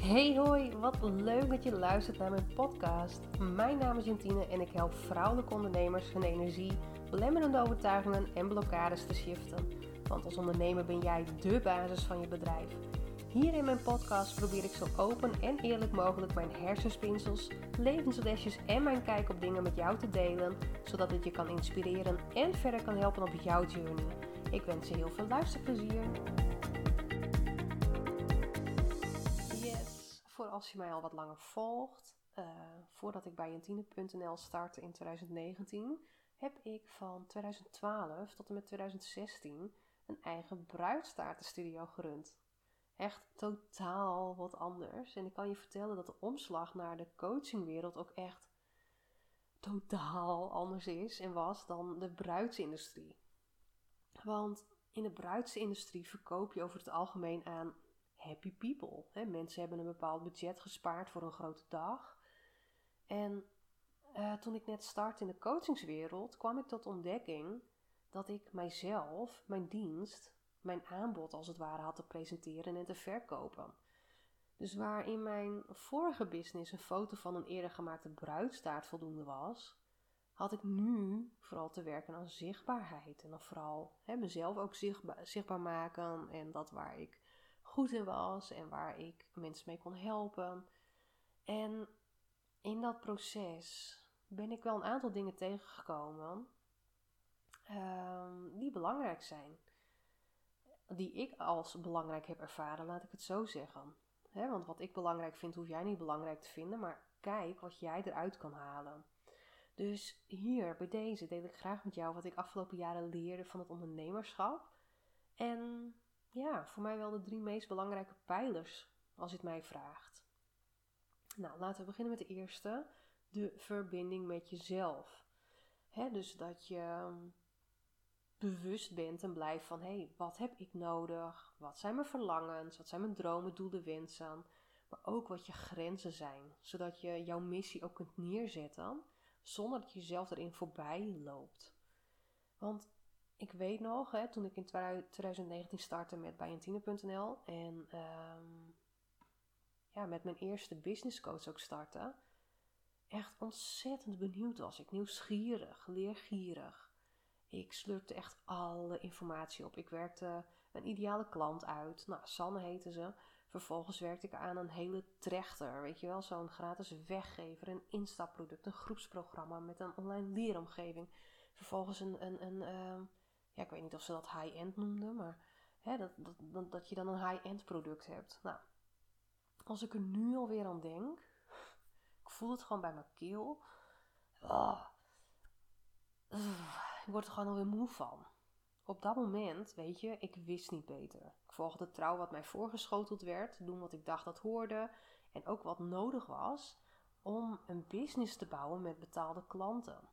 Hey hoi, wat leuk dat je luistert naar mijn podcast. Mijn naam is Jantine en ik help vrouwelijke ondernemers hun energie, belemmerende overtuigingen en blokkades te shiften. Want als ondernemer ben jij dé basis van je bedrijf. Hier in mijn podcast probeer ik zo open en eerlijk mogelijk mijn hersenspinsels, levenslesjes en mijn kijk op dingen met jou te delen, zodat het je kan inspireren en verder kan helpen op jouw journey. Ik wens je heel veel luisterplezier. Voor als je mij al wat langer volgt, voordat ik bij Jantine.nl startte in 2019, heb ik van 2012 tot en met 2016 een eigen bruidstaartenstudio gerund. Echt totaal wat anders. En ik kan je vertellen dat de omslag naar de coachingwereld ook echt totaal anders is en was dan de bruidsindustrie. Want in de bruidsindustrie verkoop je over het algemeen aan happy people. Mensen hebben een bepaald budget gespaard voor een grote dag. En toen ik net startte in de coachingswereld, kwam ik tot ontdekking dat ik mijzelf, mijn dienst, mijn aanbod als het ware had te presenteren en te verkopen. Dus waar in mijn vorige business een foto van een eerder gemaakte bruidstaart voldoende was, had ik nu vooral te werken aan zichtbaarheid. En dan vooral mezelf ook zichtbaar maken en dat waar ik goed in was en waar ik mensen mee kon helpen. En in dat proces ben ik wel een aantal dingen tegengekomen die belangrijk zijn. Die ik als belangrijk heb ervaren, laat ik het zo zeggen. Want wat ik belangrijk vind, hoef jij niet belangrijk te vinden, maar kijk wat jij eruit kan halen. Dus hier, bij deze, deel ik graag met jou wat ik afgelopen jaren leerde van het ondernemerschap. En ja, voor mij wel de 3 meest belangrijke pijlers, als je het mij vraagt. Nou, laten we beginnen met de eerste. De verbinding met jezelf. Dus dat je bewust bent en blijft van, wat heb ik nodig? Wat zijn mijn verlangens? Wat zijn mijn dromen, doelen, wensen? Maar ook wat je grenzen zijn. Zodat je jouw missie ook kunt neerzetten zonder dat je jezelf erin voorbij loopt. Want ik weet nog, toen ik in 2019 startte met bij Jantine.nl en met mijn eerste business coach ook startte, echt ontzettend benieuwd was ik. Nieuwsgierig, leergierig. Ik slurpte echt alle informatie op. Ik werkte een ideale klant uit. Nou, Sanne heette ze. Vervolgens werkte ik aan een hele trechter. Weet je wel, zo'n gratis weggever, een instapproduct, een groepsprogramma met een online leeromgeving. Vervolgens ik weet niet of ze dat high-end noemden, maar dat je dan een high-end product hebt. Nou, als ik er nu alweer aan denk, ik voel het gewoon bij mijn keel. Ik word er gewoon alweer moe van. Op dat moment, weet je, ik wist niet beter. Ik volgde trouw wat mij voorgeschoteld werd, doen wat ik dacht dat hoorde en ook wat nodig was om een business te bouwen met betaalde klanten.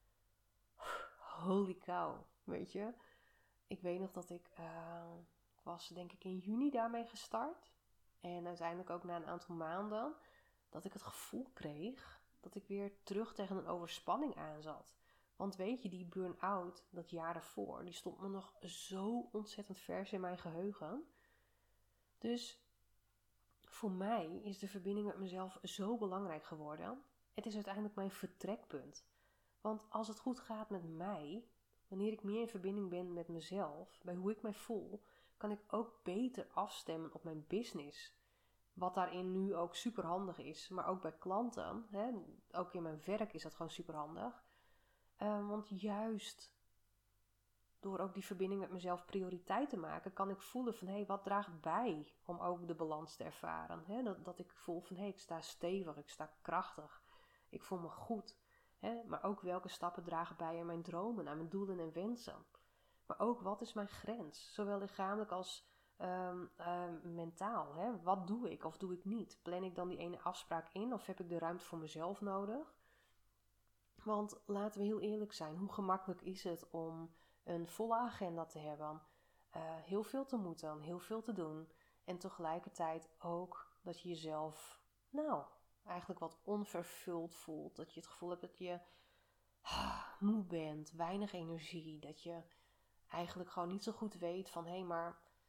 Holy cow, weet je. Ik weet nog dat ik was denk ik in juni daarmee gestart. En uiteindelijk ook na een aantal maanden dat ik het gevoel kreeg dat ik weer terug tegen een overspanning aan zat. Want weet je, die burn-out dat jaar ervoor, die stond me nog zo ontzettend vers in mijn geheugen. Dus voor mij is de verbinding met mezelf zo belangrijk geworden. Het is uiteindelijk mijn vertrekpunt. Want als het goed gaat met mij, wanneer ik meer in verbinding ben met mezelf, bij hoe ik mij voel, kan ik ook beter afstemmen op mijn business. Wat daarin nu ook super handig is, maar ook bij klanten, ook in mijn werk is dat gewoon super handig. Want juist door ook die verbinding met mezelf prioriteit te maken, kan ik voelen van wat draagt bij om ook de balans te ervaren. Dat ik voel van ik sta stevig, ik sta krachtig, ik voel me goed. Maar ook welke stappen dragen bij aan mijn dromen, aan mijn doelen en wensen. Maar ook wat is mijn grens, zowel lichamelijk als mentaal. Wat doe ik of doe ik niet? Plan ik dan die ene afspraak in of heb ik de ruimte voor mezelf nodig? Want laten we heel eerlijk zijn, hoe gemakkelijk is het om een volle agenda te hebben, heel veel te moeten, heel veel te doen en tegelijkertijd ook dat je jezelf, eigenlijk wat onvervuld voelt. Dat je het gevoel hebt dat je moe bent, weinig energie, dat je eigenlijk gewoon niet zo goed weet van maar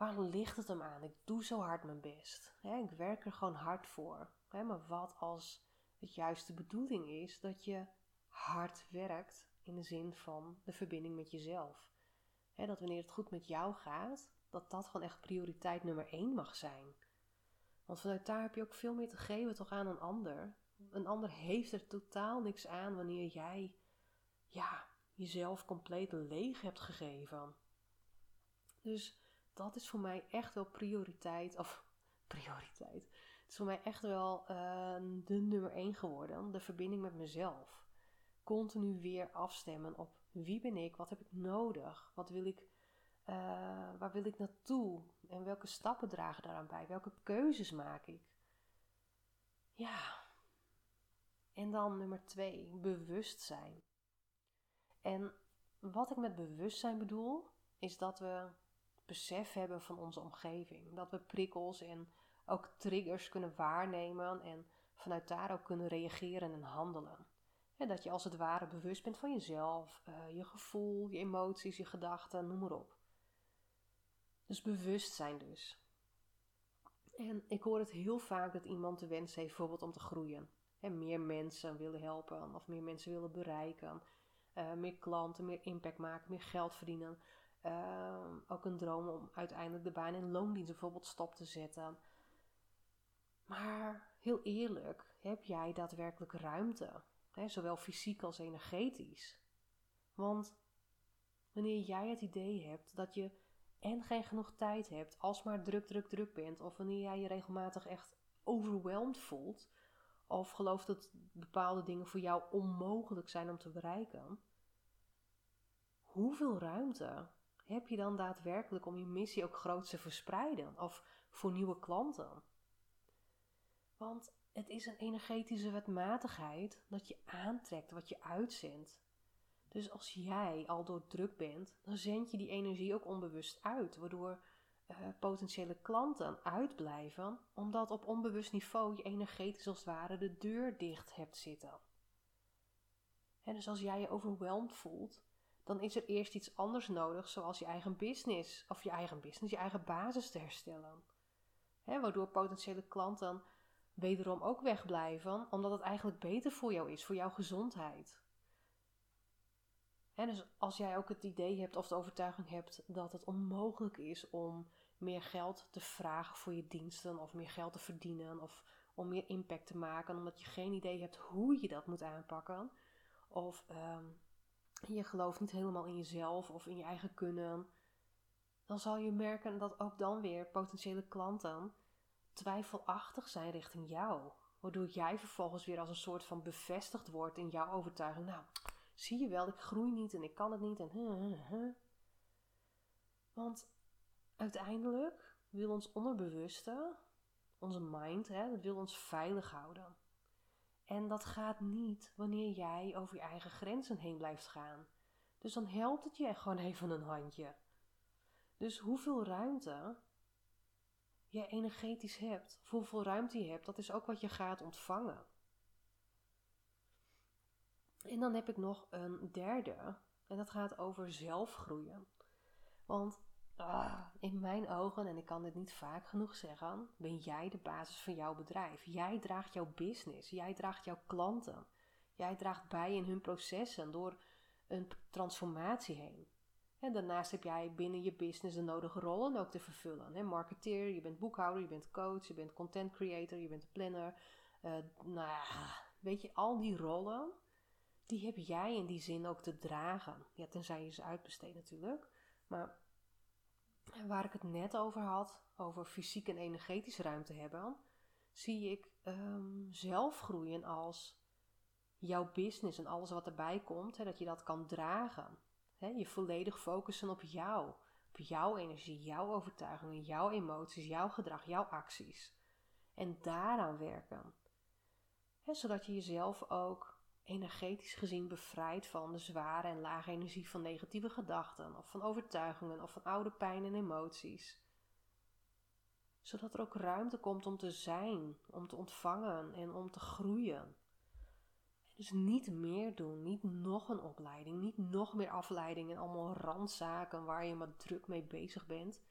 Waar ligt het hem aan? Ik doe zo hard mijn best. Ik werk er gewoon hard voor. Maar wat als het juist de bedoeling is dat je hard werkt in de zin van de verbinding met jezelf? Dat wanneer het goed met jou gaat, dat gewoon echt prioriteit nummer 1 mag zijn. Want vanuit daar heb je ook veel meer te geven toch aan een ander. Een ander heeft er totaal niks aan wanneer jij jezelf compleet leeg hebt gegeven. Dus dat is voor mij echt wel prioriteit. Het is voor mij echt wel de nummer 1 geworden. De verbinding met mezelf. Continu weer afstemmen op wie ben ik, wat heb ik nodig, waar wil ik naartoe en welke stappen dragen daaraan bij, welke keuzes maak ik. Ja, en dan nummer 2, bewustzijn. En wat ik met bewustzijn bedoel, is dat we besef hebben van onze omgeving. Dat we prikkels en ook triggers kunnen waarnemen en vanuit daar ook kunnen reageren en handelen. En dat je als het ware bewust bent van jezelf, je gevoel, je emoties, je gedachten, noem maar op. Dus bewustzijn dus. En ik hoor het heel vaak dat iemand de wens heeft bijvoorbeeld om te groeien. Meer mensen willen helpen of meer mensen willen bereiken. Meer klanten, meer impact maken, meer geld verdienen. Ook een droom om uiteindelijk de baan in loondienst bijvoorbeeld stop te zetten. Maar heel eerlijk, heb jij daadwerkelijk ruimte? Zowel fysiek als energetisch. Want wanneer jij het idee hebt dat je en geen genoeg tijd hebt, alsmaar druk bent, of wanneer jij je regelmatig echt overweldigd voelt, of gelooft dat bepaalde dingen voor jou onmogelijk zijn om te bereiken, hoeveel ruimte heb je dan daadwerkelijk om je missie ook groot te verspreiden, of voor nieuwe klanten? Want het is een energetische wetmatigheid dat je aantrekt wat je uitzendt. Dus als jij al door druk bent, dan zend je die energie ook onbewust uit, waardoor potentiële klanten uitblijven, omdat op onbewust niveau je energetisch als het ware de deur dicht hebt zitten. Dus als jij je overweldigd voelt, dan is er eerst iets anders nodig, zoals je eigen basis te herstellen. Waardoor potentiële klanten wederom ook wegblijven, omdat het eigenlijk beter voor jou is, voor jouw gezondheid. Dus als jij ook het idee hebt of de overtuiging hebt dat het onmogelijk is om meer geld te vragen voor je diensten of meer geld te verdienen of om meer impact te maken, omdat je geen idee hebt hoe je dat moet aanpakken, of je gelooft niet helemaal in jezelf of in je eigen kunnen, dan zal je merken dat ook dan weer potentiële klanten twijfelachtig zijn richting jou, waardoor jij vervolgens weer als een soort van bevestigd wordt in jouw overtuiging. Nou, zie je wel, ik groei niet en ik kan het niet en Want uiteindelijk wil ons onderbewuste, onze mind, dat wil ons veilig houden. En dat gaat niet wanneer jij over je eigen grenzen heen blijft gaan. Dus dan helpt het je gewoon even een handje. Dus hoeveel ruimte je energetisch hebt, of hoeveel ruimte je hebt, dat is ook wat je gaat ontvangen. En dan heb ik nog een derde, en dat gaat over zelfgroeien. Want in mijn ogen, en ik kan dit niet vaak genoeg zeggen, ben jij de basis van jouw bedrijf. Jij draagt jouw business, jij draagt jouw klanten. Jij draagt bij in hun processen door een transformatie heen. En daarnaast heb jij binnen je business de nodige rollen ook te vervullen. Marketeer, je bent boekhouder, je bent coach, je bent content creator, je bent planner. Weet je, al die rollen, die heb jij in die zin ook te dragen. Ja, tenzij je ze uitbesteedt natuurlijk. Maar waar ik het net over had, over fysiek en energetisch ruimte hebben, zie ik zelfgroeien als jouw business en alles wat erbij komt, dat je dat kan dragen. Je volledig focussen op jouw energie, jouw overtuigingen, jouw emoties, jouw gedrag, jouw acties. En daaraan werken. Zodat je jezelf ook energetisch gezien bevrijdt van de zware en lage energie van negatieve gedachten, of van overtuigingen, of van oude pijn en emoties. Zodat er ook ruimte komt om te zijn, om te ontvangen en om te groeien. Dus niet meer doen, niet nog een opleiding, niet nog meer afleiding en allemaal randzaken waar je maar druk mee bezig bent.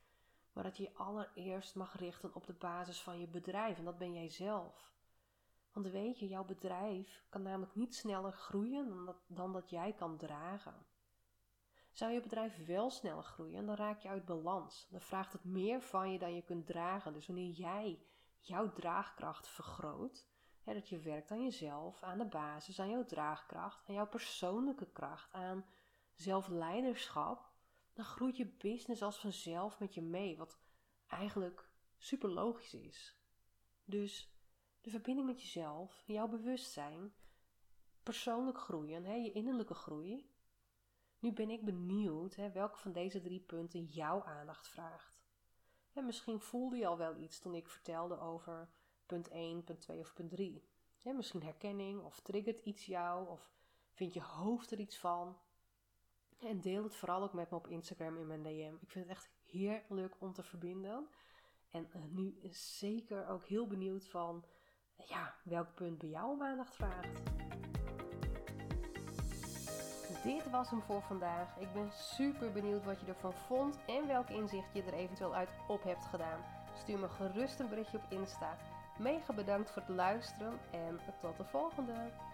Maar dat je je allereerst mag richten op de basis van je bedrijf. En dat ben jij zelf. Want weet je, jouw bedrijf kan namelijk niet sneller groeien dan dat jij kan dragen. Zou je bedrijf wel sneller groeien, dan raak je uit balans. Dan vraagt het meer van je dan je kunt dragen. Dus wanneer jij jouw draagkracht vergroot, dat je werkt aan jezelf, aan de basis, aan jouw draagkracht, aan jouw persoonlijke kracht, aan zelfleiderschap, dan groeit je business als vanzelf met je mee, wat eigenlijk super logisch is. Dus de verbinding met jezelf, jouw bewustzijn, persoonlijk groeien, je innerlijke groei. Nu ben ik benieuwd welke van deze 3 punten jouw aandacht vraagt. Misschien voelde je al wel iets toen ik vertelde over punt 1, punt 2 of punt 3. Misschien herkenning of triggert iets jou of vindt je hoofd er iets van. En deel het vooral ook met me op Instagram in mijn DM. Ik vind het echt heerlijk om te verbinden. En nu zeker ook heel benieuwd van welk punt bij jou om aandacht vraagt. Dit was hem voor vandaag. Ik ben super benieuwd wat je ervan vond en welk inzicht je er eventueel uit op hebt gedaan. Stuur me gerust een berichtje op Insta. Mega bedankt voor het luisteren en tot de volgende!